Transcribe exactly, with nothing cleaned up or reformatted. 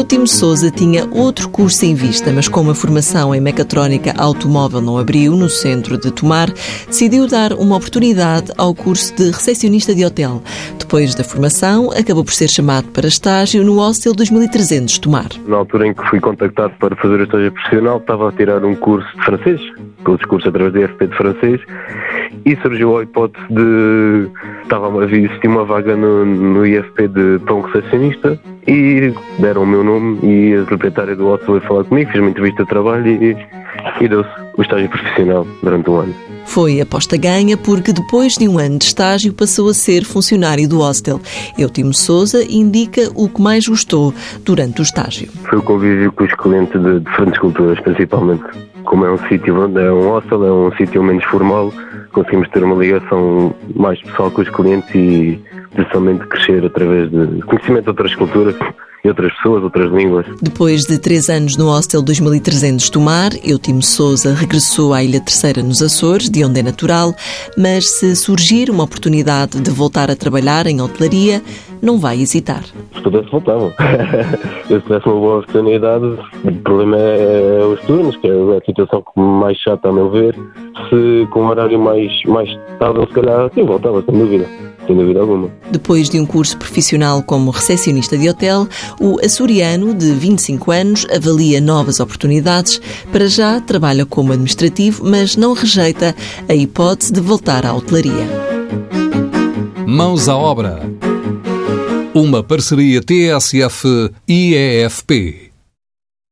Eutimo Sousa tinha outro curso em vista, mas como a formação em mecatrónica automóvel não abriu no centro de Tomar, decidiu dar uma oportunidade ao curso de recepcionista de hotel. Depois da formação, acabou por ser chamado para estágio no Hostel dois mil e trezentos Tomar. Na altura em que fui contactado para fazer o estágio profissional, estava a tirar um curso de francês, pelos cursos através do I F P de francês, e surgiu a hipótese de... Estava a existir uma vaga no, no I F P de para um recepcionista e deram o meu nome e a proprietária do hostel veio falar comigo, fiz uma entrevista de trabalho e, e deu-se o estágio profissional durante um ano. Foi aposta ganha porque depois de um ano de estágio passou a ser funcionário do hostel. Eutimo Sousa indica o que mais gostou durante o estágio. Foi o convívio com os clientes de diferentes culturas, principalmente. Como é um sítio, é um hostel, é um sítio menos formal, conseguimos ter uma ligação mais pessoal com os clientes e precisamente crescer através de conhecimento de outras culturas e outras pessoas, outras línguas. Depois de três anos no Hostel dois mil e trezentos Tomar, Eutimo Sousa regressou à Ilha Terceira nos Açores, de onde é natural, mas se surgir uma oportunidade de voltar a trabalhar em hotelaria, não vai hesitar. Se pudesse, voltava. Se tivesse uma boa oportunidade, o problema é os turnos, que é a situação mais chata a meu ver. Se com um horário mais, mais estável, se calhar, sim, voltava, sem dúvida. Sem dúvida alguma. Depois de um curso profissional como recepcionista de hotel, o açoriano, de vinte e cinco anos, avalia novas oportunidades. Para já, trabalha como administrativo, mas não rejeita a hipótese de voltar à hotelaria. Mãos à obra. Uma parceria T S F e I E F P.